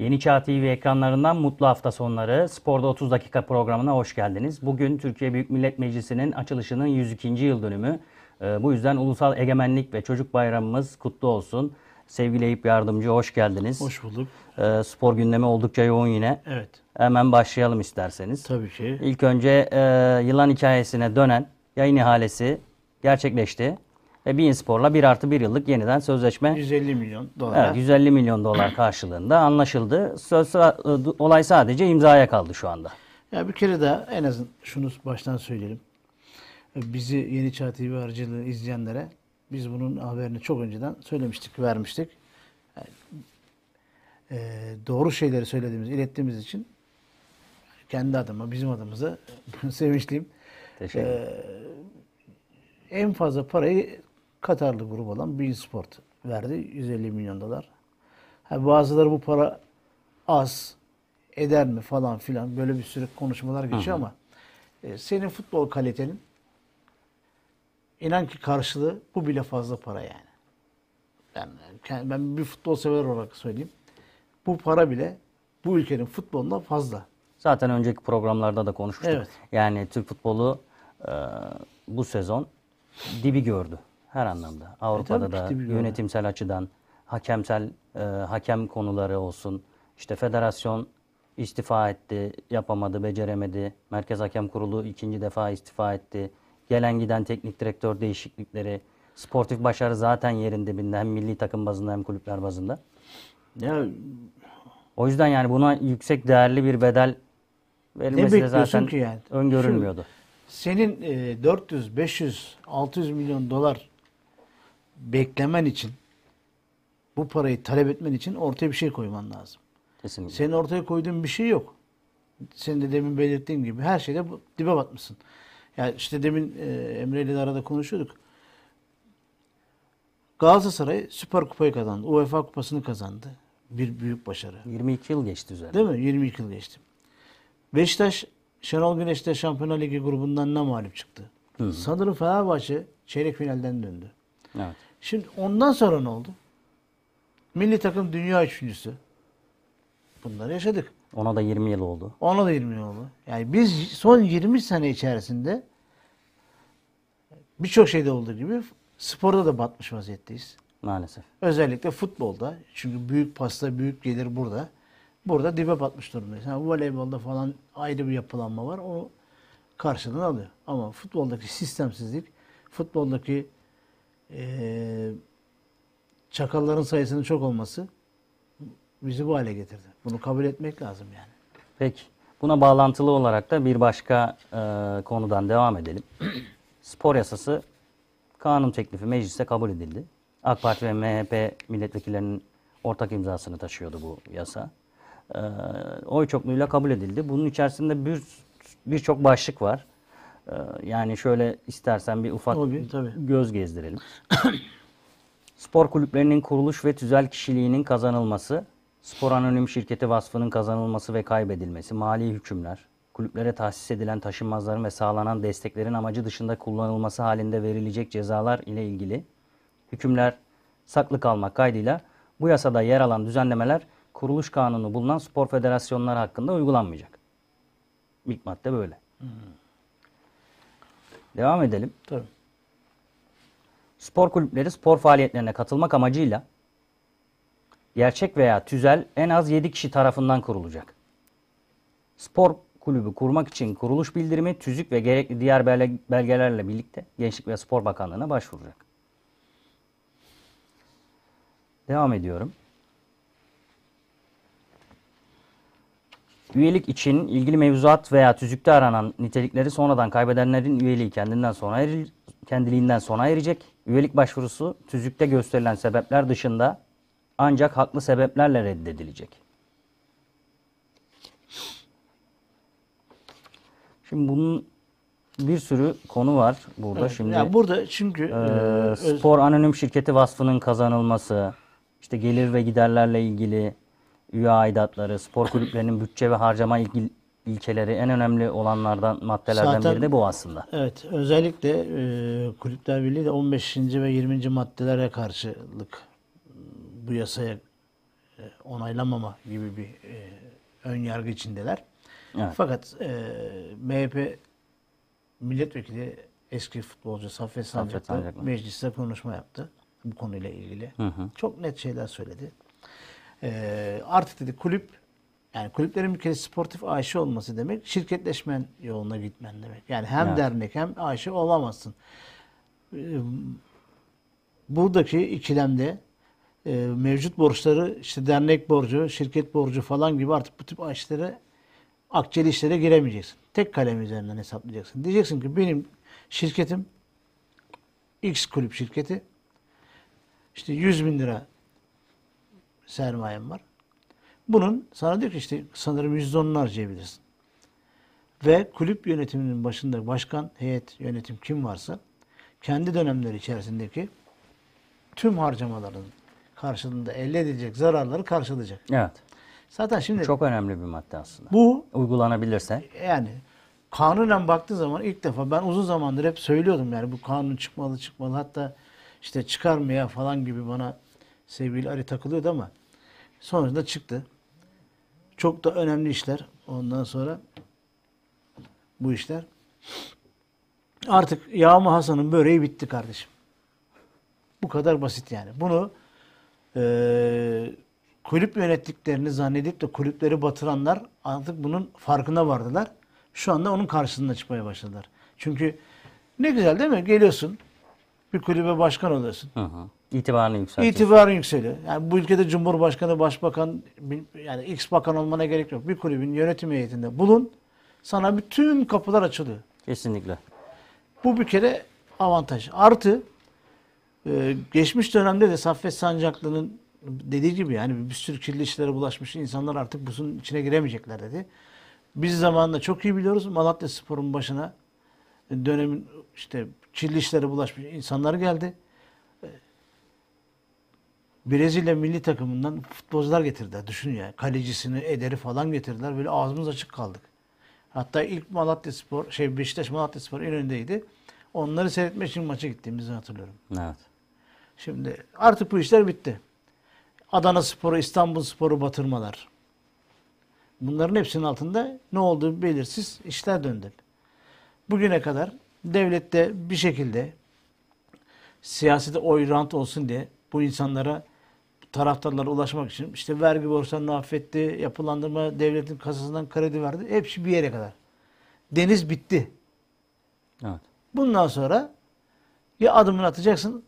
Yeni Çağ TV ekranlarından mutlu hafta sonları. Sporda 30 dakika programına hoş geldiniz. Bugün Türkiye Büyük Millet Meclisi'nin açılışının 102. yıl dönümü. Bu yüzden Ulusal Egemenlik ve Çocuk Bayramımız kutlu olsun. Sevgili Eyüp Yardımcı, hoş geldiniz. Hoş bulduk. Spor gündemi oldukça yoğun yine. Evet. Hemen başlayalım isterseniz. Tabii ki. İlk önce yılan hikayesine dönen yayın ihalesi gerçekleşti. Ve Bein Spor'la 1+1 yıllık yeniden sözleşme 150 milyon dolar. evet, 150 milyon dolar karşılığında anlaşıldı. Olay sadece imzaya kaldı şu anda. Ya bir kere daha en azından şunu baştan söyleyelim. Bizi Yeni Çağ TV aracılığı izleyenlere biz bunun haberini çok önceden söylemiştik, vermiştik. Yani, doğru şeyleri söylediğimiz, ilettiğimiz için kendi adıma, bizim adımıza sevinçliyim. Teşekkür ederim. En fazla parayı Katarlı grup olan Bein Sport verdi. 150 milyon dolar. Bazıları bu para az eder mi falan filan böyle bir sürü konuşmalar geçiyor ama senin futbol kalitenin inan ki karşılığı bu bile fazla para yani. Ben bir futbol sever olarak söyleyeyim. Bu para bile bu ülkenin futbolundan fazla. Zaten önceki programlarda da konuşmuştuk. Evet. Yani Türk futbolu bu sezon dibi gördü her anlamda. Avrupa'da da yönetimsel açıdan, hakem konuları olsun. İşte federasyon istifa etti, yapamadı, beceremedi. Merkez Hakem Kurulu ikinci defa istifa etti. Gelen giden teknik direktör değişiklikleri, sportif başarı zaten yerin dibinde hem milli takım bazında hem kulüpler bazında. Ya, o yüzden yani buna yüksek değerli bir bedel verilmesi de zaten ki yani? öngörülmüyordu. Senin 400, 500, 600 milyon dolar beklemen için, bu parayı talep etmen için ortaya bir şey koyman lazım. Kesinlikle. Senin ortaya koyduğun bir şey yok. Senin de demin belirttiğin gibi her şeyde dibe batmışsın. Yani işte demin Emre ile de arada konuşuyorduk. Galatasaray Süper Kupayı kazandı. UEFA Kupası'nı kazandı. Bir büyük başarı. 22 yıl geçti üzerine. Değil mi? 22 yıl geçti. Beşiktaş Şenol Güneş'te Şampiyonlar Ligi grubundan ne mağlup çıktı? Sanırım Fenerbahçe çeyrek finalden döndü. Evet. Şimdi ondan sonra ne oldu? Milli takım dünya üçüncüsü. Bunları yaşadık. Ona da 20 yıl oldu. Ona da 20 yıl oldu. Yani biz son 20 sene içerisinde birçok şeyde olduğu gibi sporda da batmış vaziyetteyiz. Maalesef. Özellikle futbolda. Çünkü büyük pasta, büyük gelir burada. Burada dibe batmış durumdayız. Yani voleybolda falan ayrı bir yapılanma var. O karşılığını alıyor. Ama futboldaki sistemsizlik, futboldaki çakalların sayısının çok olması bizi bu hale getirdi. Bunu kabul etmek lazım yani. Peki. Buna bağlantılı olarak da bir başka konudan devam edelim. Spor yasası kanun teklifi mecliste kabul edildi. AK Parti ve MHP milletvekillerinin ortak imzasını taşıyordu bu yasa. Oy çokluğuyla kabul edildi. Bunun içerisinde birçok başlık var. Yani şöyle istersen bir ufak Tabii. göz gezdirelim. Spor kulüplerinin kuruluş ve tüzel kişiliğinin kazanılması, spor anonim şirketi vasfının kazanılması ve kaybedilmesi, mali hükümler, kulüplere tahsis edilen taşınmazların ve sağlanan desteklerin amacı dışında kullanılması halinde verilecek cezalar ile ilgili hükümler saklı kalmak kaydıyla bu yasada yer alan düzenlemeler kuruluş kanunu bulunan spor federasyonları hakkında uygulanmayacak. İlk madde böyle. Devam edelim. Tabii. Spor kulüpleri spor faaliyetlerine katılmak amacıyla gerçek veya tüzel en az 7 kişi tarafından kurulacak. Spor kulübü kurmak için kuruluş bildirimi, tüzük ve gerekli diğer belgelerle birlikte Gençlik ve Spor Bakanlığı'na başvuracak. Devam ediyorum. Üyelik için ilgili mevzuat veya tüzükte aranan nitelikleri sonradan kaybedenlerin üyeliği kendiliğinden sona erecek. Üyelik başvurusu tüzükte gösterilen sebepler dışında ancak haklı sebeplerle reddedilecek. Şimdi bunun bir sürü konu var burada. Evet, şimdi. yani burada çünkü spor anonim şirketi vasfının kazanılması, işte gelir ve giderlerle ilgili üye aidatları, spor kulüplerinin bütçe ve harcama ilkeleri en önemli olanlardan, maddelerden zaten, biri de bu aslında. Evet, özellikle Kulüpler Birliği de 15. ve 20. maddelere karşılık bu yasaya onaylamama gibi bir ön yargı içindeler. Evet. Fakat MHP milletvekili eski futbolcu Saffet Sancaklı Sancaklı. mecliste konuşma yaptı bu konuyla ilgili. Hı. Çok net şeyler söyledi. Artık dedi kulüp, yani kulüplerin bir kere sportif AŞ olması demek şirketleşmen yoluna gitmen demek. Yani hem Evet. dernek hem AŞ olamazsın. Buradaki ikilemde mevcut borçları, işte dernek borcu, şirket borcu falan gibi artık bu tip AŞ'lere, akçeli işlere giremeyeceksin. Tek kalem üzerinden hesaplayacaksın. Diyeceksin ki benim şirketim X kulüp şirketi, işte 100 bin lira sermayem var. Bunun sana diyor ki işte sanırım %10'unu harcayabilirsin. Ve kulüp yönetiminin başında başkan, heyet, yönetim kim varsa kendi dönemleri içerisindeki tüm harcamaların karşılığında elde edilecek zararları karşılayacak. Evet. Zaten şimdi Çok önemli bir madde aslında. bu, Uygulanabilirse. yani kanunen baktığı zaman ilk defa, ben uzun zamandır hep söylüyordum yani bu kanun çıkmalı. Hatta işte çıkarmaya falan gibi bana sevgili Ali takılıyordu ama sonuçta çıktı. Çok da önemli işler. Ondan sonra bu işler. Artık Yağma Hasan'ın böreği bitti kardeşim. Bu kadar basit yani. Bunu kulüp yönettiklerini zannedip de kulüpleri batıranlar artık bunun farkına vardılar. Şu anda onun karşısında çıkmaya başladılar. Çünkü ne güzel değil mi? Geliyorsun, bir kulübe başkan oluyorsun. Hı. İtibarını yükseltiyorsun. İtibarın yükseliyor. Yani bu ülkede Cumhurbaşkanı, Başbakan, yani X bakan olmana gerek yok. Bir kulübün yönetim heyetinde bulun. Sana bütün kapılar açılıyor. Kesinlikle. Bu bir kere avantaj. Artı geçmiş dönemde de Saffet Sancaklı'nın dediği gibi yani bir sürü kirli işlere bulaşmış insanlar artık bunun içine giremeyecekler dedi. Biz zamanında çok iyi biliyoruz. Malatyaspor'un başına dönemin işte kirli işlere bulaşmış insanlar geldi. Brezilya milli takımından futbolcular getirdiler. Düşün ya. Kalecisini, Eder'i falan getirdiler. Böyle ağzımız açık kaldık. Hatta ilk Beşiktaş Malatyaspor önündeydi. Onları seyretmek için maça gittiğimizi hatırlıyorum. Evet. Şimdi artık bu işler bitti. Adanaspor'u, İstanbulspor'u batırmalar. Bunların hepsinin altında ne olduğu belirsiz işler döndü. Bugüne kadar devlette bir şekilde siyasete oy rant olsun diye bu insanlara, taraftarlara ulaşmak için işte vergi borçlarını affetti, yapılandırma, devletin kasasından kredi verdi. Hepsi bir yere kadar. Deniz bitti. Evet. Bundan sonra ya adımını atacaksın,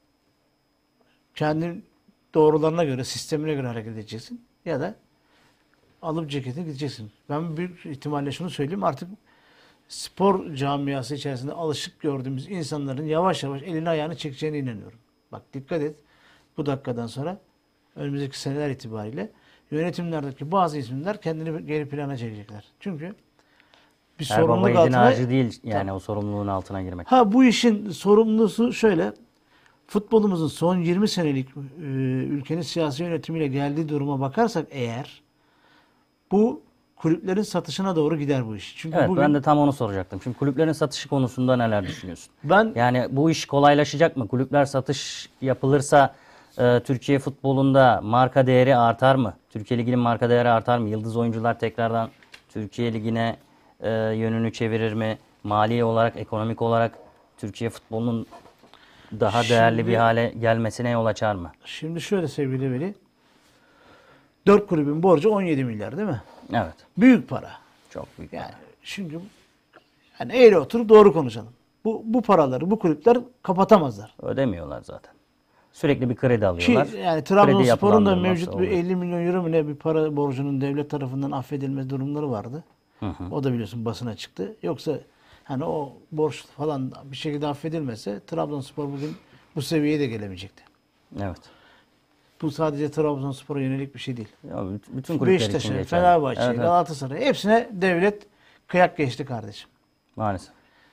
kendi doğrularına göre, sistemine göre hareket edeceksin ya da alıp ceketini gideceksin. Ben büyük ihtimalle şunu söyleyeyim, artık spor camiası içerisinde alışık gördüğümüz insanların yavaş yavaş elini ayağını çekeceğine inanıyorum. Bak dikkat et, bu dakikadan sonra önümüzdeki seneler itibariyle yönetimlerdeki bazı isimler kendini geri plana çekecekler. Çünkü bir Her baba sorumluluk yiğidin altına... harcı değil yani Tabii. o sorumluluğun altına girmek. Ha, bu işin sorumlusu şöyle: futbolumuzun son 20 senelik ülkenin siyasi yönetimiyle geldiği duruma bakarsak eğer, bu kulüplerin satışına doğru gider bu iş. Çünkü Evet, bugün ben de tam onu soracaktım. Şimdi kulüplerin satışı konusunda neler düşünüyorsun? ben Yani bu iş kolaylaşacak mı? Kulüpler satış yapılırsa Türkiye futbolunda marka değeri artar mı? Türkiye Ligi'nin marka değeri artar mı? Yıldız oyuncular tekrardan Türkiye Ligi'ne yönünü çevirir mi? Mali olarak, ekonomik olarak Türkiye futbolunun daha değerli bir Şimdi- hale gelmesine yol açar mı? şimdi şöyle sevgili Veli, 4 kulübün borcu 17 milyar değil mi? Evet. Büyük para. Çok büyük. Yani çünkü yani eğri oturup doğru konuşalım. Bu paraları bu kulüpler kapatamazlar. Ödemiyorlar zaten. Sürekli bir kredi Ki alıyorlar. yani Kredi Trabzonspor'un da yapılandırması mevcut bir oluyor. 50 milyon euro mu ne bir para borcunun devlet tarafından affedilme durumları vardı. O da biliyorsun basına çıktı. Yoksa hani o borç falan bir şekilde affedilmese Trabzonspor bugün bu seviyeye de gelemeyecekti. Evet. Bu sadece Trabzonspor'a yönelik bir şey değil. Ya bütün kulüpler için Beşiktaş'a, geçerli. Fenerbahçe, Evet, evet. Galatasaray hepsine devlet kıyak geçti kardeşim. Maalesef.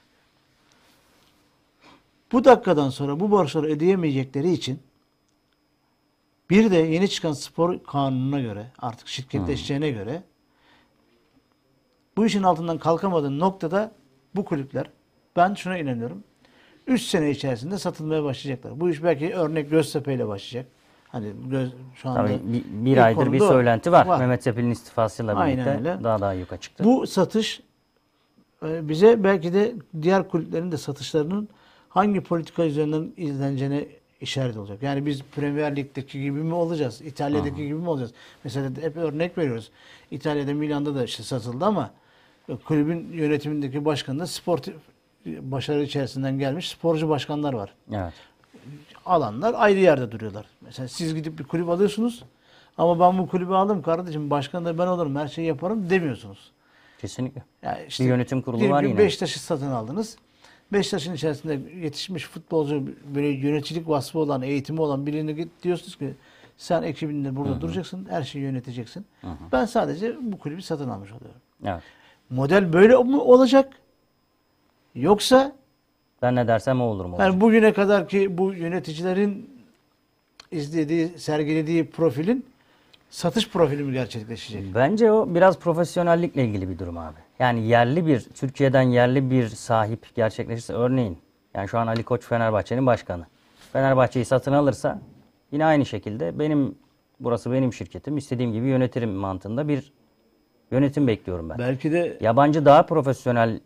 Bu dakikadan sonra bu borçları ödeyemeyecekleri için bir de yeni çıkan spor kanununa göre, artık şirketleşeceğine göre, bu işin altından kalkamadığın noktada bu kulüpler, ben şuna inanıyorum, 3 sene içerisinde satılmaya başlayacaklar. Bu iş belki örnek Göztepe ile başlayacak. Hani şu anda Tabii bir ilk aydır bir konumda söylenti var. Mehmet Sepil'in istifasıyla Aynen birlikte öyle. daha yuka çıktı. Bu satış bize belki de diğer kulüplerin de satışlarının hangi politika üzerinden izleneceğine işaret olacak. Yani biz Premier Lig'deki gibi mi olacağız? İtalya'daki gibi mi olacağız? Mesela hep örnek veriyoruz. İtalya'da Milan'da da işte satıldı ama kulübün yönetimindeki başkan da sportif başarı içerisinden gelmiş sporcu başkanlar var. Evet. Alanlar ayrı yerde duruyorlar. Mesela siz gidip bir kulüp alıyorsunuz ama ben bu kulübü aldım kardeşim, başkan da ben olurum, her şeyi yaparım demiyorsunuz. Kesinlikle. Yani Bir yönetim kurulu diyelim var ki yine. Beşiktaş'ı satın aldınız. Beşiktaş'ın içerisinde yetişmiş futbolcu, böyle yöneticilik vasfı olan, eğitimi olan birini diyorsunuz ki sen ekibinle burada duracaksın, her şeyi yöneteceksin. Ben sadece bu kulübü satın almış oluyorum. Evet. Model böyle mi olacak? Yoksa Ben ne dersem o olur mu? yani bugüne kadar ki bu yöneticilerin izlediği, sergilediği profilin satış profili mi gerçekleşecek? Bence o biraz profesyonellikle ilgili bir durum abi. Yani Türkiye'den yerli bir sahip gerçekleşirse, örneğin yani şu an Ali Koç Fenerbahçe'nin başkanı. Fenerbahçe'yi satın alırsa yine aynı şekilde burası benim şirketim, istediğim gibi yönetirim mantığında bir yönetim bekliyorum ben. Belki de Yabancı daha profesyonel,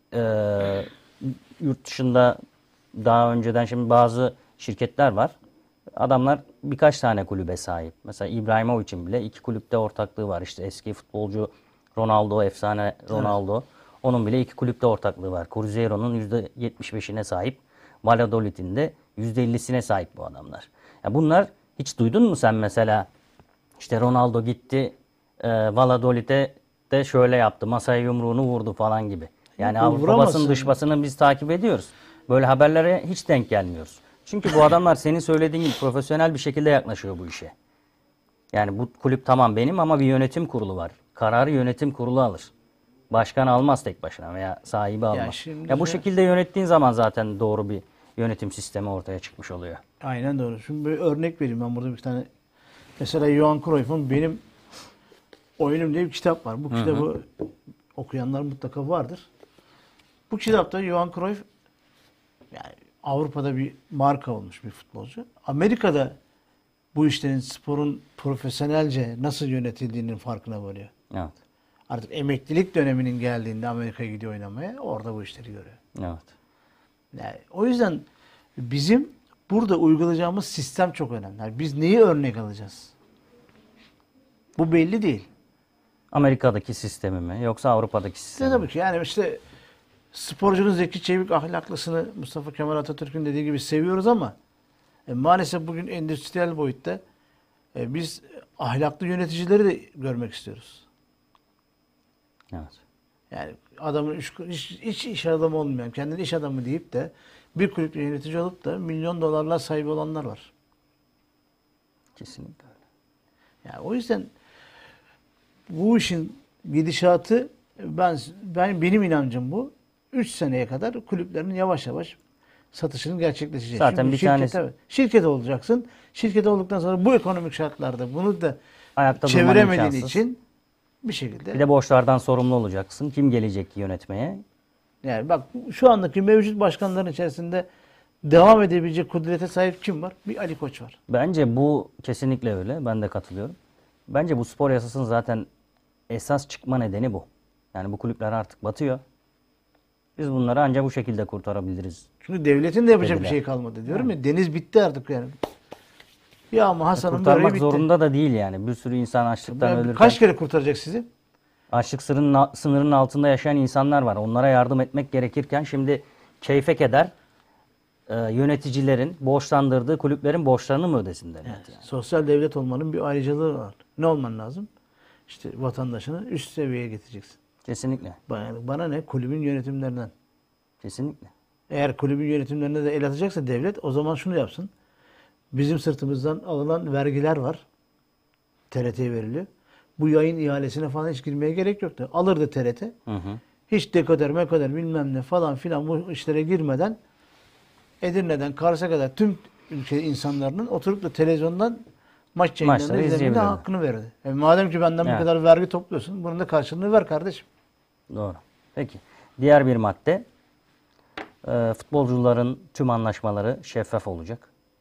yurt dışında daha önceden, şimdi bazı şirketler var. Adamlar birkaç tane kulübe sahip. Mesela İbrahimovic'in bile 2 kulüpte ortaklığı var. İşte eski futbolcu Ronaldo, efsane Ronaldo. Onun bile 2 kulüpte ortaklığı var. Cruzeiro'nun %75'ine sahip. Valladolid'in de %50'sine sahip bu adamlar. Ya bunlar, hiç duydun mu sen mesela, işte Ronaldo gitti Valladolid'e de şöyle yaptı, masaya yumruğunu vurdu falan gibi. Yani Avrupa vuramazsın. basın dış basını biz takip ediyoruz. Böyle haberlere hiç denk gelmiyoruz. Çünkü bu adamlar senin söylediğin gibi profesyonel bir şekilde yaklaşıyor bu işe. Yani bu kulüp tamam benim ama bir yönetim kurulu var. Kararı yönetim kurulu alır. Başkan almaz tek başına veya sahibi almaz. şimdi Bu şekilde yönettiğin zaman zaten doğru bir yönetim sistemi ortaya çıkmış oluyor. aynen doğru. Şimdi bir örnek vereyim ben burada bir tane. Mesela Johan Cruyff'un Benim Oyunum diye bir kitap var. Bu kitabı okuyanlar mutlaka vardır. Bu kitapta Johan Cruyff yani Avrupa'da bir marka olmuş bir futbolcu. Amerika'da bu işlerin, sporun profesyonelce nasıl yönetildiğinin farkına varıyor. Evet. Artık emeklilik döneminin geldiğinde Amerika'ya gidiyor oynamaya. Orada bu işleri görüyor. Evet. Yani o yüzden bizim burada uygulayacağımız sistem çok önemli. Yani biz neyi örnek alacağız? Bu belli değil. Amerika'daki sistemi mi yoksa Avrupa'daki sistemi mi? Tabii ki yani işte sporcunun Zeki Çevik ahlaklısını Mustafa Kemal Atatürk'ün dediği gibi seviyoruz ama maalesef bugün endüstriyel boyutta biz ahlaklı yöneticileri de görmek istiyoruz. Evet. Yani adamın hiç iş adamı olmayan, kendini iş adamı deyip de bir kulüpte yönetici olup da milyon dolarlar sahibi olanlar var. Kesinlikle öyle. Yani o yüzden bu işin gidişatı benim inancım bu. 3 seneye kadar kulüplerin yavaş yavaş satışının gerçekleşecek. Zaten Şimdi bir tanesi tabii, şirket olacaksın. Şirket olduktan sonra bu ekonomik şartlarda bunu da ayakta durman çeviremediğin imkansız. için bir şekilde Bir de borçlardan sorumlu olacaksın. Kim gelecek ki yönetmeye? yani bak şu andaki mevcut başkanların içerisinde devam edebilecek kudrete sahip kim var? Bir Ali Koç var. Bence bu kesinlikle öyle. Ben de katılıyorum. Bence bu spor yasasının zaten esas çıkma nedeni bu. Yani bu kulüpler artık batıyor. Biz bunları ancak bu şekilde kurtarabiliriz. Çünkü devletin de yapacak bir Dediler. şey kalmadı diyorum ya. Deniz bitti artık yani. Ya ama Hasan'ın böreği Kurtarmak bitti. zorunda da değil yani. Bir sürü insan açlıktan Ya ölürken. kaç kere kurtaracak sizi? Açlık sınırının altında yaşayan insanlar var. Onlara yardım etmek gerekirken şimdi keyfe keder yöneticilerin borçlandırdığı kulüplerin borçlarını mı ödesin devlet? Yani? Sosyal devlet olmanın bir ayrıcalığı var. Ne olman lazım? İşte vatandaşını üst seviyeye getireceksin. Kesinlikle. Bana ne? Kulübün yönetimlerinden. Kesinlikle. Eğer kulübün yönetimlerine de el atacaksa devlet o zaman şunu yapsın. Bizim sırtımızdan alınan vergiler var. TRT'ye veriliyor. Bu yayın ihalesine falan hiç girmeye gerek yoktu. Alırdı TRT. Hiç dekoder mekoder bilmem ne falan filan bu işlere girmeden Edirne'den Kars'a kadar tüm ülke insanların oturup da televizyondan maç yayınlarını Maçları izlemenin izleyebilirler. hakkını verdi. Madem ki benden bu Evet. kadar vergi topluyorsun bunun da karşılığını ver kardeşim. Doğru. Peki. Diğer bir madde. Futbolcuların tüm anlaşmaları şeffaf olacak.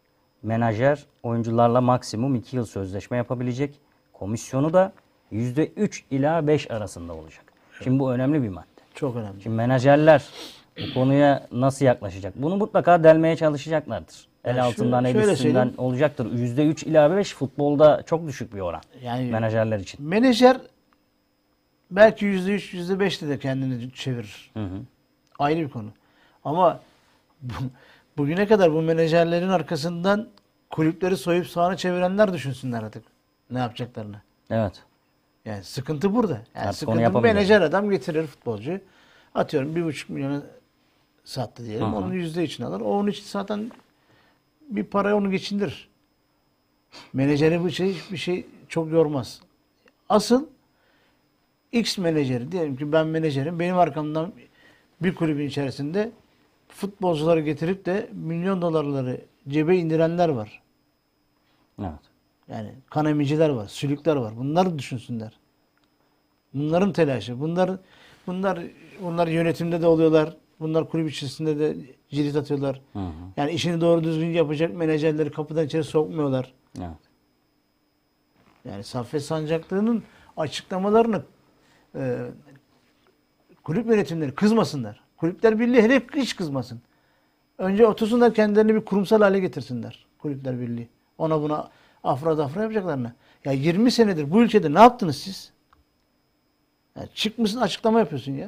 Menajer oyuncularla maksimum 2 yıl sözleşme yapabilecek. Komisyonu da %3 ila 5 arasında olacak. Şimdi bu önemli bir madde. Çok önemli. Şimdi menajerler bu konuya nasıl yaklaşacak? Bunu mutlaka delmeye çalışacaklardır. El altından, el şöyle üstünden söyleyeyim. olacaktır. %3 ila 5 futbolda çok düşük bir oran. Yani Menajerler için. menajer belki %3, %5'te de kendini çevirir. Hı hı. Ayrı bir konu. Ama bugüne kadar bu menajerlerin arkasından kulüpleri soyup sağına çevirenler düşünsünler artık ne yapacaklarını. Evet. Yani sıkıntı burada. Yani Artık onu sıkıntı yapamayacak. menajer adam getirir futbolcu. Atıyorum 1,5 milyona sattı diyelim. Hı hı. Onun %3'ünü alır. O onun için zaten bir para onu geçindirir. Menajeri bir şey çok yormaz. Asıl X menajeri diyelim ki ben menajerim. Benim arkamdan bir kulübün içerisinde futbolcuları getirip de milyon dolarları cebe indirenler var. Evet. Yani kan emiciler var, sülükler var. Bunları düşünsünler. Bunların telaşı. Bunlar yönetimde de oluyorlar. Bunlar kulüp içerisinde de cirit atıyorlar. Hı hı. Yani işini doğru düzgün yapacak menajerleri kapıdan içeri sokmuyorlar. Evet. Yani Saffet Sancaklı'nın açıklamalarını kulüp yönetimleri kızmasınlar. Kulüpler Birliği hele hiç kızmasın. Önce otursunlar kendilerini bir kurumsal hale getirsinler. Kulüpler Birliği. Ona buna afra dafra yapacaklarına. Ya 20 senedir bu ülkede ne yaptınız siz? Ya çıkmışsın açıklama yapıyorsun ya.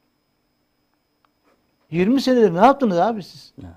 20 senedir ne yaptınız abi siz? Evet.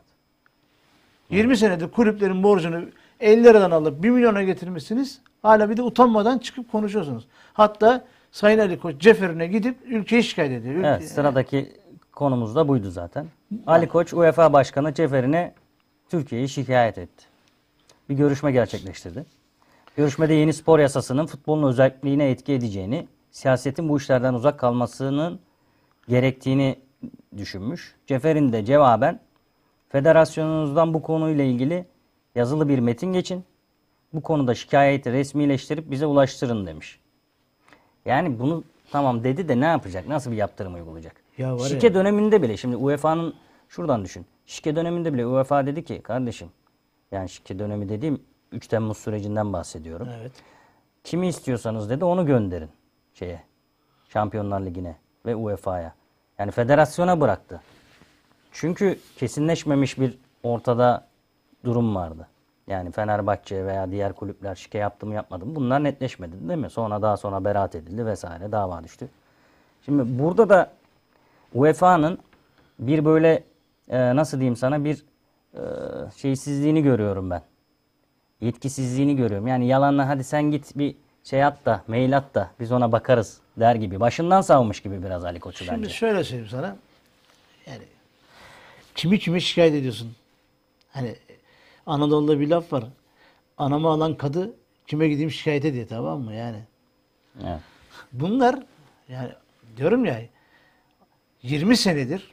20 senedir kulüplerin borcunu 50 liradan alıp 1 milyona getirmişsiniz. Hala bir de utanmadan çıkıp konuşuyorsunuz. Hatta Sayın Ali Koç ceferine gidip ülkeyi şikayet ediyor. Evet, sıradaki konumuz da buydu zaten. Ali Koç UEFA Başkanı Cefer'ine Türkiye'yi şikayet etti. Bir görüşme gerçekleştirdi. Görüşmede yeni spor yasasının futbolun özelliğine etki edeceğini, siyasetin bu işlerden uzak kalmasının gerektiğini düşünmüş. Cefer'in de cevaben federasyonunuzdan bu konuyla ilgili yazılı bir metin geçin. Bu konuda şikayeti resmileştirip bize ulaştırın demiş. Yani bunu tamam dedi de ne yapacak? Nasıl bir yaptırım uygulayacak? Ya var Şike ya. döneminde bile şimdi UEFA'nın şuradan düşün. Şike döneminde bile UEFA dedi ki kardeşim yani şike dönemi dediğim 3 Temmuz sürecinden bahsediyorum. Evet. Kimi istiyorsanız dedi onu gönderin şeye. Şampiyonlar Ligi'ne ve UEFA'ya. Yani federasyona bıraktı. Çünkü kesinleşmemiş bir ortada durum vardı. Yani Fenerbahçe veya diğer kulüpler şike yaptı mı yapmadı mı bunlar netleşmedi değil mi? Daha sonra beraat edildi vesaire dava düştü. Şimdi burada da UEFA'nın bir böyle nasıl diyeyim sana bir şeysizliğini görüyorum ben. Yetkisizliğini görüyorum. Yani yalanla hadi sen git bir şey at da mail at da biz ona bakarız der gibi. Başından savmış gibi biraz Ali Koç'u Şimdi bence. şöyle söyleyeyim sana. Yani kimi şikayet ediyorsun? Hani Anadolu'da bir laf var. Anamı alan kadı kime gideyim şikayet ediyor, tamam mı yani? Evet. Bunlar yani diyorum ya 20 senedir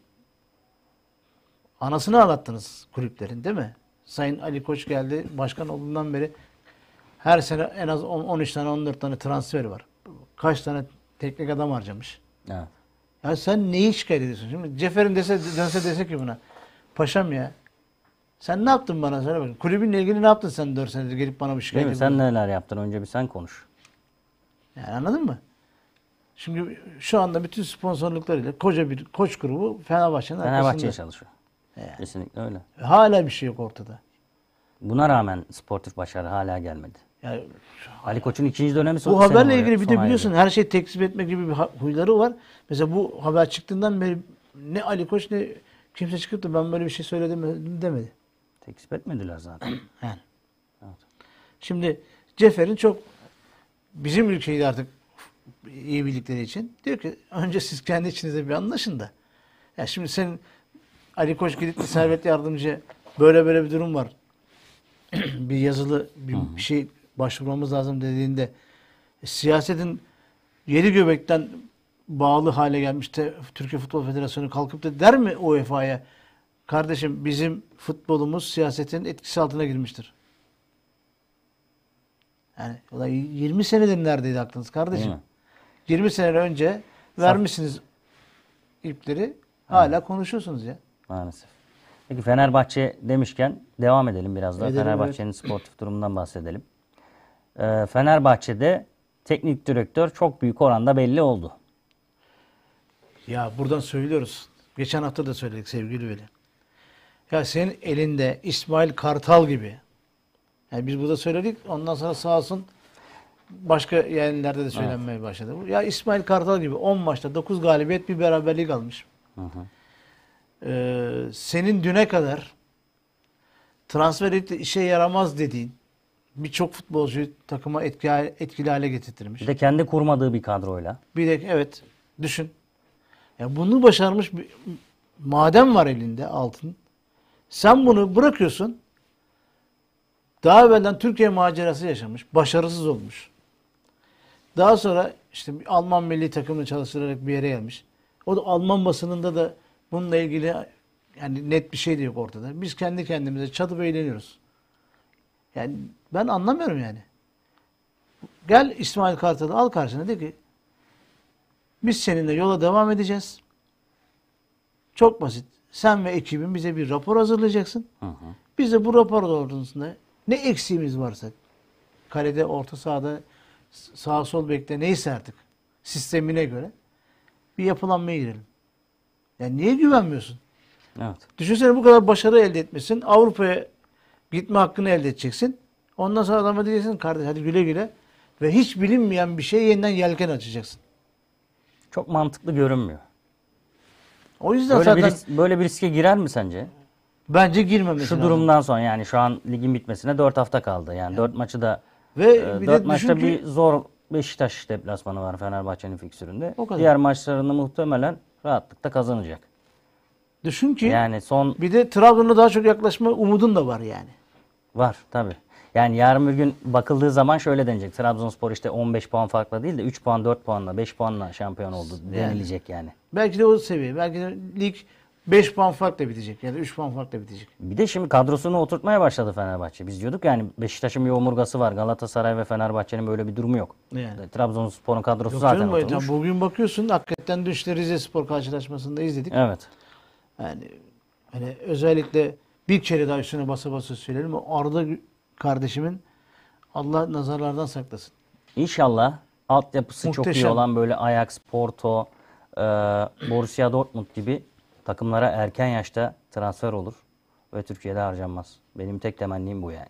anasını ağlattınız kulüplerin değil mi? Sayın Ali Koç geldi başkan olduğundan beri her sene en az 13 tane 14 tane transfer var. Kaç tane teknik adam harcamış. Evet. Ya sen neyi şikayet ediyorsun? Şimdi Cefer'in dese ki buna paşam ya sen ne yaptın bana söyle bakayım. Kulübünle ilgili ne yaptın sen 4 senedir gelip bana bir Değil şikayet mi? ediyorsun? Sen neler yaptın? Önce bir sen konuş. Yani anladın mı? Şimdi şu anda bütün sponsorluklarıyla koca bir koç grubu Fenerbahçe'nin Fenerbahçe'ye arkasında. çalışıyor. Kesinlikle öyle. Hala bir şey yok ortada. Buna rağmen sportif başarı hala gelmedi. Yani Ali Koç'un ikinci dönemi bu haberle sona ilgili bir de eriyor. biliyorsun her şey tekzip etmek gibi bir huyları var. Mesela bu haber çıktığından beri ne Ali Koç ne kimse çıkıp da ben böyle bir şey söyledim demedi. Tekzip etmediler zaten. Yani. Evet. Şimdi Cefer'in çok bizim ülkeyi de artık iyi bildikleri için diyor ki önce siz kendi içinizde bir anlaşın da. Ya şimdi sen Ali Koç gidip de Servet Yardımcı böyle bir durum var. Bir yazılı bir şey başvurmamız lazım dediğinde siyasetin yedi göbekten bağlı hale gelmiş de Türkiye Futbol Federasyonu kalkıp da der mi UEFA'ya kardeşim bizim futbolumuz siyasetin etkisi altına girmiştir. Yani ulan 20 senedir neredeydi aklınız kardeşim? Değil mi? 20 sene önce vermişsiniz ipleri hala konuşuyorsunuz ya. Maalesef. Peki Fenerbahçe demişken devam edelim biraz daha. Edelim, Fenerbahçe'nin sportif durumundan bahsedelim. Fenerbahçe'de teknik direktör çok büyük oranda belli oldu. Ya buradan söylüyoruz. Geçen hafta da söyledik sevgili Veli. Ya senin elinde İsmail Kartal gibi. Yani biz burada söyledik. Ondan sonra sağ olsun başka yerlerde de söylenmeye başladı. Ya İsmail Kartal gibi 10 maçta 9 galibiyet bir beraberlik almış. Senin düne kadar transfer edip de işe yaramaz dediğin birçok futbolcuyu takıma etkili hale getirtirmiş. Bir de kendi kurmadığı bir kadroyla. Bir de evet düşün. Ya bunu başarmış bir maden var elinde altın. Sen bunu bırakıyorsun. Daha evvelden Türkiye macerası yaşamış. Başarısız olmuş. Daha sonra işte bir Alman milli takımını çalıştırarak bir yere gelmiş. O da Alman basınında da bununla ilgili yani net bir şey de yok ortada. Biz kendi kendimize çatıp eğleniyoruz. Yani ben anlamıyorum yani. Gel İsmail Kartal'ı al karşına de ki biz seninle yola devam edeceğiz. Çok basit. Sen ve ekibin bize bir rapor hazırlayacaksın. Biz de bu rapor doğrultusunda ne eksiğimiz varsa kalede, orta sahada, sağ sol bekte neyse artık sistemine göre bir yapılanmaya girelim. Yani niye güvenmiyorsun? Evet. Düşünsene bu kadar başarı elde etmişsin. Avrupa'ya gitme hakkını elde edeceksin. Ondan sonra adama diyeceksin kardeş hadi güle güle ve hiç bilinmeyen bir şeye yeniden yelken açacaksın. Çok mantıklı görünmüyor. O yüzden Böyle bir riske girer mi sence? bence girmemesi Şu lazım. durumdan sonra yani şu an ligin bitmesine 4 hafta kaldı. Yani 4 maçı da Ve bir 4 de maçta düşün ki bir zor Beşiktaş deplasmanı var Fenerbahçe'nin fiksüründe. O kadar. Diğer maçlarını muhtemelen rahatlıkla kazanacak. düşün ki Yani son bir de Trabzon'a daha çok yaklaşma umudun da var yani. var tabii. Yani yarın bir gün bakıldığı zaman şöyle denecek. Trabzonspor işte 15 puan farkla değil de 3 puan, 4 puanla, 5 puanla şampiyon oldu denilecek yani. Belki de o seviye. Belki de lig 5 puan farkla bitecek ya da 3 puan farkla bitecek. Bir de şimdi kadrosunu oturtmaya başladı Fenerbahçe. Biz diyorduk yani Beşiktaş'ın bir omurgası var. Galatasaray ve Fenerbahçe'nin böyle bir durumu yok. Yani. Trabzonspor'un kadrosu Yok zaten canım, oturmuş. bugün bakıyorsun hakikaten de işte Rizespor karşılaşmasında izledik. Evet. Yani hani özellikle bir kere daha üstüne basa basa söyleyelim. O Arda kardeşimin Allah nazarlardan saklasın. İnşallah altyapısı çok iyi Muhteşem. olan böyle Ajax, Porto, Borussia Dortmund gibi takımlara erken yaşta transfer olur ve Türkiye'de harcanmaz. Benim tek temennim bu yani.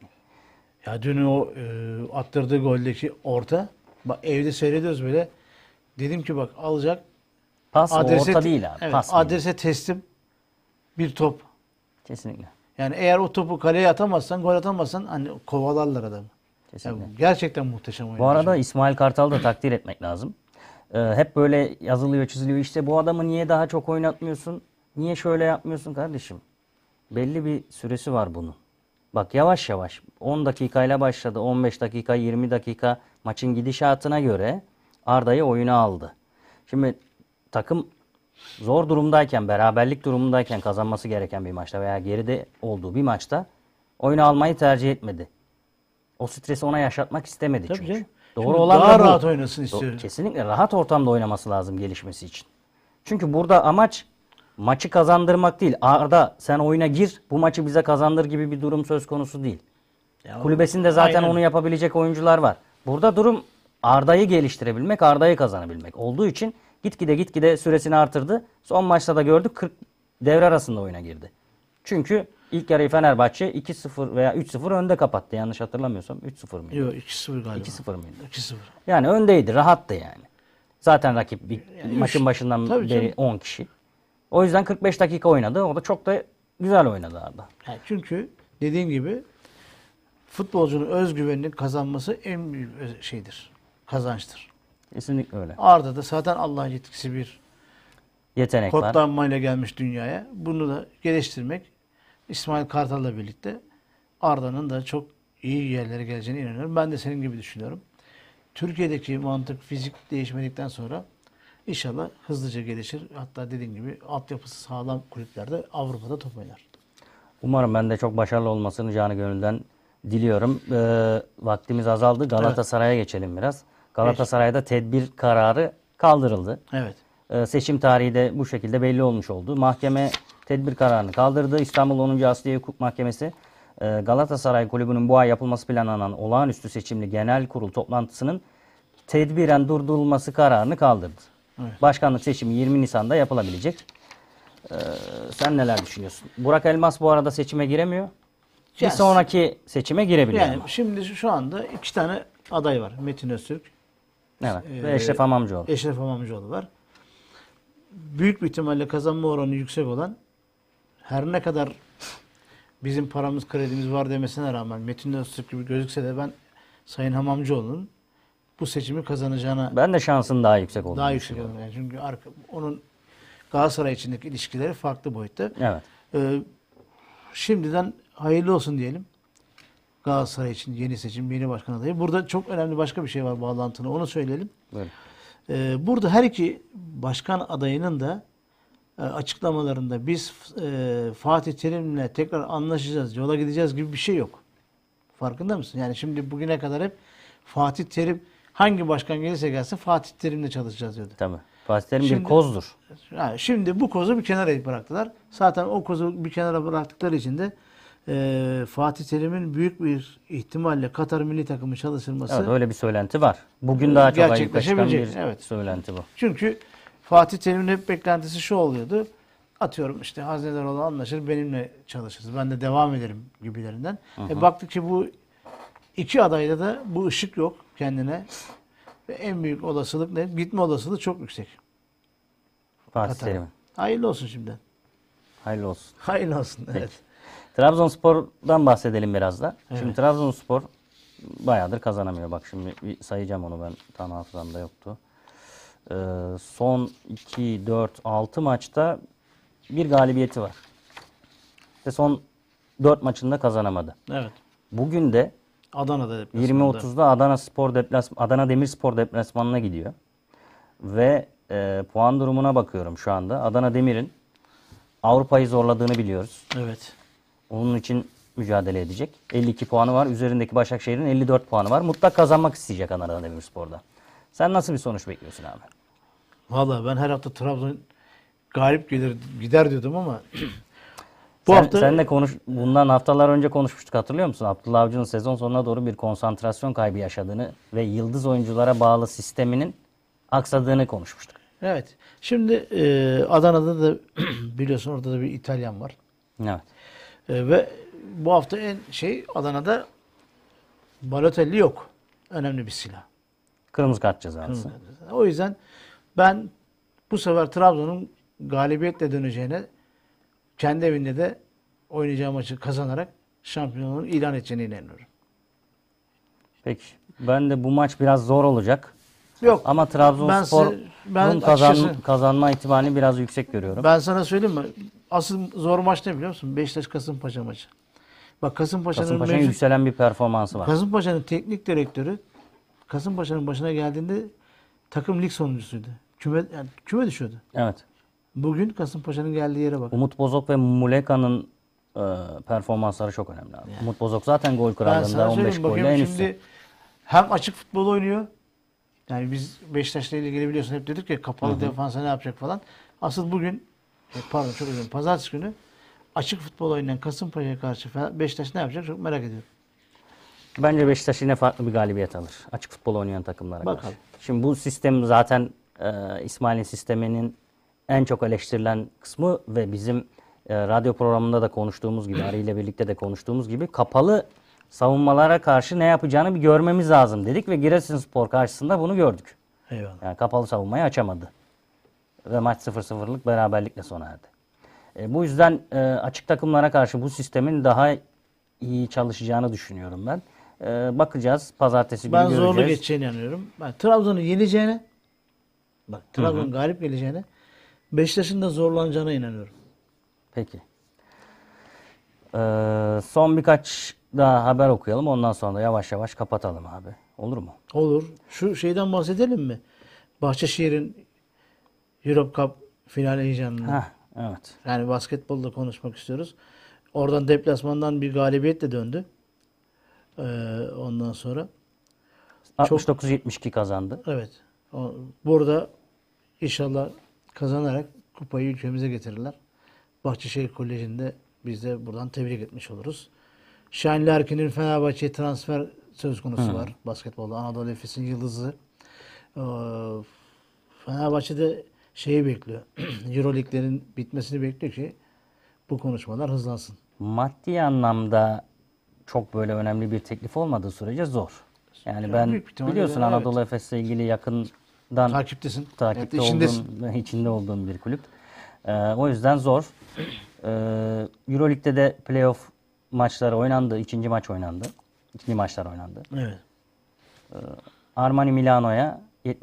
Ya dün o attırdığı goldeki orta. Bak evde seyrediyoruz böyle. Dedim ki bak alacak. Pas o, Adrese, orta değil abi. evet, Pas değil. adrese teslim bir top. Kesinlikle. Yani eğer o topu kaleye atamazsan, gol atamazsan hani kovalarlar adamı. Kesinlikle. Yani gerçekten muhteşem oyuncu. Bu arada İsmail Kartal'ı da takdir etmek lazım. Hep böyle yazılıyor, çiziliyor. İşte bu adamı niye daha çok oynatmıyorsun? Niye şöyle yapmıyorsun kardeşim? Belli bir süresi var bunun. Bak yavaş yavaş 10 dakikayla başladı. 15 dakika, 20 dakika maçın gidişatına göre Arda'yı oyuna aldı. Şimdi takım zor durumdayken, beraberlik durumundayken kazanması gereken bir maçta veya geride olduğu bir maçta oyunu almayı tercih etmedi. O stresi ona yaşatmak istemedi Tabii çünkü. canım. Doğru Şimdi olan daha da bu. rahat oynasın istiyorum. Kesinlikle rahat ortamda oynaması lazım gelişmesi için. Çünkü burada amaç maçı kazandırmak değil. Arda sen oyuna gir, bu maçı bize kazandır gibi bir durum söz konusu değil. Ya, Kulübesinde zaten aynen. onu yapabilecek oyuncular var. Burada durum Arda'yı geliştirebilmek, Arda'yı kazanabilmek olduğu için gitgide süresini artırdı. Son maçta da gördük 40 devre arasında oyuna girdi. Çünkü ilk yarıyı Fenerbahçe 2-0 veya 3-0 önde kapattı. Yanlış hatırlamıyorsam 3-0 mıydı? Yok 2-0 galiba. 2-0 mıydı? 2-0. Yani öndeydi, rahattı yani. Zaten rakip Yani maçın başından tabii beri canım. 10 kişi. O yüzden 45 dakika oynadı. O da çok da güzel oynadı Arda. Yani çünkü dediğim gibi futbolcunun özgüvenini kazanması en büyük şeydir. Kazançtır. Kesinlikle öyle. Arda da zaten Allah'ın yetkisi bir Yetenek var. kodlanmayla gelmiş dünyaya. Bunu da geliştirmek İsmail Kartal'la birlikte Arda'nın da çok iyi yerlere geleceğine inanıyorum. Ben de senin gibi düşünüyorum. Türkiye'deki mantık, fizik değişmedikten sonra inşallah hızlıca gelişir. Hatta dediğim gibi altyapısı sağlam kulüplerde Avrupa'da top oynar. Umarım ben de çok başarılı olmasını canı gönülden diliyorum. Vaktimiz azaldı. Galatasaray'a geçelim biraz. Galatasaray'da tedbir kararı kaldırıldı. Evet. Seçim tarihi de bu şekilde belli olmuş oldu. Mahkeme tedbir kararını kaldırdı. İstanbul 10. Asliye Hukuk Mahkemesi Galatasaray Kulübü'nün bu ay yapılması planlanan olağanüstü seçimli genel kurul toplantısının tedbiren durdurulması kararını kaldırdı. Evet. Başkanlık seçimi 20 Nisan'da yapılabilecek. Sen neler düşünüyorsun? Burak Elmas bu arada seçime giremiyor. Bir Yani- sonraki seçime girebiliyor Yani ama. şimdi şu anda 2 tane aday var. Metin Öztürk, Evet. Ve Eşref Hamamcıoğlu. Eşref Hamamcıoğlu var. Büyük bir ihtimalle kazanma oranı yüksek olan, her ne kadar bizim paramız kredimiz var demesine rağmen Metin Öztürk gibi gözükse de ben Sayın Hamamcıoğlu'nun bu seçimi kazanacağına Ben de şansın daha yüksek olduğunu daha yüksek düşünüyorum. olduğunu. Yani çünkü onun Galatasaray içindeki ilişkileri farklı boyutta. Evet. Şimdiden hayırlı olsun diyelim. Galatasaray için yeni seçim, yeni başkan adayı. Burada çok önemli başka bir şey var bağlantılı. Onu söyleyelim. Böyle. Burada her iki başkan adayının da açıklamalarında biz Fatih Terim'le tekrar anlaşacağız, yola gideceğiz gibi bir şey yok. Farkında mısın? Yani şimdi bugüne kadar hep Fatih Terim hangi başkan gelirse gelsin Fatih Terim'le çalışacağız diyordu. Tabii. Fatih Terim bir Şimdi- kozdur. Yani şimdi bu kozu bir kenara bıraktılar. Zaten o kozu bir kenara bıraktıkları için de Fatih Terim'in büyük bir ihtimalle Katar milli takımı çalışılması. Evet, öyle bir söylenti var. Bugün daha çok ayyuka çıkan bir gerçekleşebilecek, evet. söylenti bu. Çünkü Fatih Terim'in hep beklentisi şu oluyordu. Atıyorum işte Haznedaroğlu anlaşır benimle çalışırız. Ben de devam ederim gibilerinden. Baktık ki bu iki adayda da bu ışık yok kendine. Ve en büyük olasılık ne? Gitme olasılığı çok yüksek. Fatih Katar'a. Terim'in. Hayırlı olsun şimdiden. Hayırlı olsun. Hayırlı olsun. Evet. Trabzonspor'dan bahsedelim biraz da. Şimdi Trabzonspor bayağıdır kazanamıyor. Bak şimdi bir sayacağım onu, ben tam hafızamda yoktu. Son 2, 4, 6 maçta bir galibiyeti var. Ve son 4 maçında kazanamadı. Evet. Bugün de Adana'da deplasmanda. 20.30'da Adana Demirspor deplasmanına gidiyor. Ve puan durumuna bakıyorum şu anda. Adana Demir'in Avrupa'yı zorladığını biliyoruz. Evet. Onun için mücadele edecek. 52 puanı var. Üzerindeki Başakşehir'in 54 puanı var. Mutlak kazanmak isteyecek Adana Demirspor'da. Sen nasıl bir sonuç bekliyorsun abi? Vallahi ben her hafta Trabzon galip gelir gider diyordum ama bu hafta Senle bundan haftalar önce konuşmuştuk, hatırlıyor musun? Abdullah Avcı'nın sezon sonuna doğru bir konsantrasyon kaybı yaşadığını ve yıldız oyunculara bağlı sisteminin aksadığını konuşmuştuk. evet. Şimdi Adana'da da biliyorsun orada da bir İtalyan var. Evet. Ve bu hafta Adana'da Balotelli yok. Önemli bir silah. Kırmızı kart cezası. O yüzden ben bu sefer Trabzon'un galibiyetle döneceğine, kendi evinde de oynayacağı maçı kazanarak şampiyonluğunu ilan edeceğine inanıyorum. Peki. Ben de bu maç biraz zor olacak. Yok. Ama Trabzonspor'un ben açıkçası- kazanma ihtimalini biraz yüksek görüyorum. Ben sana söyleyeyim mi? Asıl zor maç ne biliyor musun? Beşiktaş Kasımpaşa maçı. Bak Kasımpaşa'nın yükselen bir performansı var. Kasımpaşa'nın teknik direktörü Kasımpaşa'nın başına geldiğinde takım lig sonuncusuydu. Küme düşüyordu. Evet. Bugün Kasımpaşa'nın geldiği yere bak. Umut Bozok ve Muleka'nın performansları çok önemli abi. Umut Bozok zaten gol Ben krallığında sana 15 söyleyeyim golle en bakıyorum üstü. şimdi hem açık futbol oynuyor. Yani biz Beşiktaş'la ilgili biliyorsun hep dedik ya kapalı defansa ne yapacak falan. Asıl bugün pardon çok özür dilerim. Pazartesi günü açık futbol oynayan Kasımpaşa'ya karşı Beşiktaş ne yapacak çok merak ediyorum. Bence Beşiktaş yine farklı bir galibiyet alır. Açık futbol oynayan takımlara Bakalım. karşı. Şimdi bu sistem zaten İsmail'in sisteminin en çok eleştirilen kısmı ve bizim radyo programında da konuştuğumuz gibi, Ari ile birlikte de konuştuğumuz gibi kapalı savunmalara karşı ne yapacağını bir görmemiz lazım dedik ve Giresunspor karşısında bunu gördük. Eyvallah. Yani kapalı savunmayı açamadı. Ve maç 0-0'lık beraberlikle sona erdi. Bu yüzden açık takımlara karşı bu sistemin daha iyi çalışacağını düşünüyorum ben. Bakacağız. Pazartesi günü Ben göreceğiz. zorlu geçeceğini inanıyorum. Ben Trabzon'u yeneceğine, bak Trabzon galip geleceğine, Beşiktaş'ın da zorlanacağına inanıyorum. Peki. Son birkaç daha haber okuyalım. Ondan sonra da yavaş yavaş kapatalım abi. Olur mu? Olur. Şu şeyden bahsedelim mi? Bahçeşehir'in Europe Cup final heyecanını. Heh, evet. Yani basketbolda konuşmak istiyoruz. Oradan deplasmandan bir galibiyetle döndü. Ondan sonra. 69-72 kazandı. Evet. Burada inşallah kazanarak kupayı ülkemize getirirler. Bahçeşehir Koleji'nde biz de buradan tebrik etmiş oluruz. Şahin Larkin'in Fenerbahçe'ye transfer söz konusu var. Basketbolda Anadolu Efes'in yıldızı. Ee, Fenerbahçe'de şeyi bekliyor. Euroleague'lerin bitmesini bekliyor ki bu konuşmalar hızlansın. Maddi anlamda çok böyle önemli bir teklif olmadığı sürece zor. Yani Ya ben büyük ihtimalle biliyorsun evet. Anadolu Efes'le ilgili yakından Takiptesin. takipte Evet, içindesin. olduğum, içinde olduğum bir kulüp. O yüzden zor. Euroleague'de de playoff maçları oynandı. İkinci maç oynandı. İkinci maçlar oynandı. Evet. Armani Milano'ya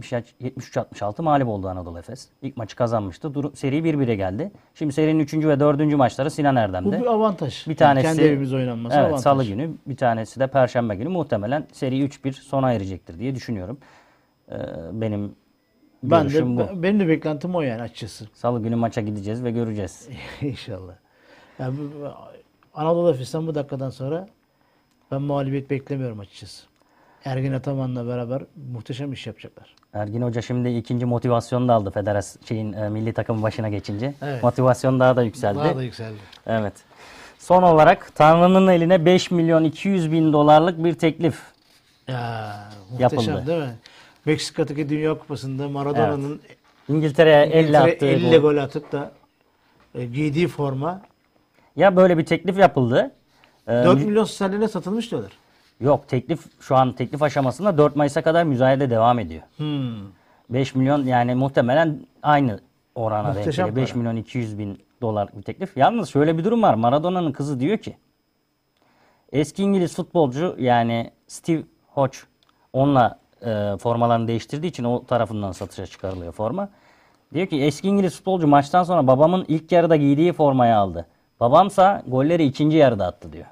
73-66 mağlup oldu Anadolu Efes. İlk maçı kazanmıştı. Seri 1-1'e geldi. Şimdi serinin 3. ve 4. maçları Sinan Bu Erdem'de. bir avantaj. Bir tanesi kendi evimizde oynanması evet, avantaj. Salı günü, bir tanesi de Perşembe günü. Muhtemelen seri 3-1 sona erecektir diye düşünüyorum. Benim görüşüm bu. Benim de beklentim o yani açıkçası. Salı günü maça gideceğiz ve göreceğiz. İnşallah. Yani Anadolu Efes'ten bu dakikadan sonra ben mağlubiyet beklemiyorum açıkçası. Ergin Ataman'la beraber muhteşem iş yapacaklar. Ergin Hoca şimdi ikinci motivasyonu da aldı milli takımın başına geçince. Evet. Motivasyon daha da yükseldi. Daha da yükseldi. Evet. Son olarak Tanrı'nın eline 5 milyon 200 bin dolarlık bir teklif. Ya, muhteşem Yapıldı. değil mi? Meksika'daki Dünya Kupası'nda Maradona'nın İngiltere'ye elle attığı 50 gol. gol atıp da giydiği forma Ya böyle bir teklif yapıldı. 4 milyon sterline satılmış diyorlar. Yok, şu an teklif aşamasında 4 Mayıs'a kadar müzayede devam ediyor. 5 milyon yani muhtemelen aynı orana denk Muhteşem geliyor. 5 para. milyon 200 bin dolar bir teklif. Yalnız şöyle bir durum var. Maradona'nın kızı diyor ki eski İngiliz futbolcu yani Steve Hodge onunla formalarını değiştirdiği için o tarafından satışa çıkarılıyor forma. Diyor ki eski İngiliz futbolcu maçtan sonra babamın ilk yarıda giydiği formayı aldı. Babamsa golleri ikinci yarıda attı diyor.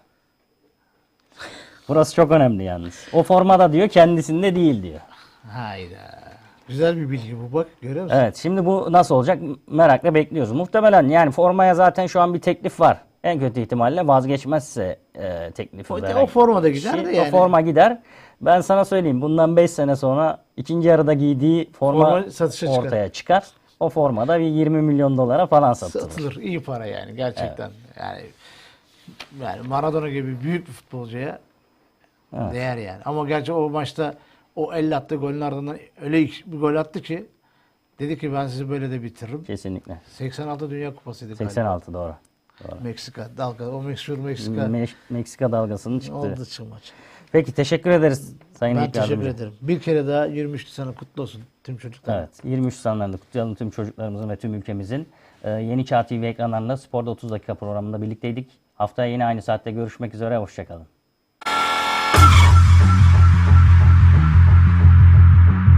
Burası çok önemli yalnız. O formada diyor kendisinde değil diyor. Hayda. Güzel bir bilgi bu, bak görüyor musun? Evet, şimdi bu nasıl olacak merakla bekliyoruz. Muhtemelen yani formaya zaten şu an bir teklif var. En kötü ihtimalle vazgeçmezse teklifi veren O formada gider kişi, de yani. O forma gider. Ben sana söyleyeyim bundan 5 sene sonra ikinci yarıda giydiği forma satışa çıkar. ortaya çıkar. O formada bir 20 milyon dolara falan satılır. Satılır. İyi para yani gerçekten. Yani Maradona gibi büyük bir futbolcuya değer yani. Ama gerçi o maçta o 50 attığı golün ardından öyle bir gol attı ki dedi ki ben sizi böyle de bitiririm. Kesinlikle. 86 Dünya Kupası'ydı 86 doğru. Meksika dalga. O meşhur Meksika Meksika dalgasının çıktı. oldu maç. Peki teşekkür ederiz Sayın Ben İlk teşekkür Yardımcı. ederim. Bir kere daha 23 Nisan'ı kutlu olsun tüm çocuklar. Evet, 23 Nisan'larında kutlayalım tüm çocuklarımızın ve tüm ülkemizin. Yeni Çağ TV ekranlarında Spor'da 30 dakika programında birlikteydik. Haftaya yine aynı saatte görüşmek üzere, hoşçakalın.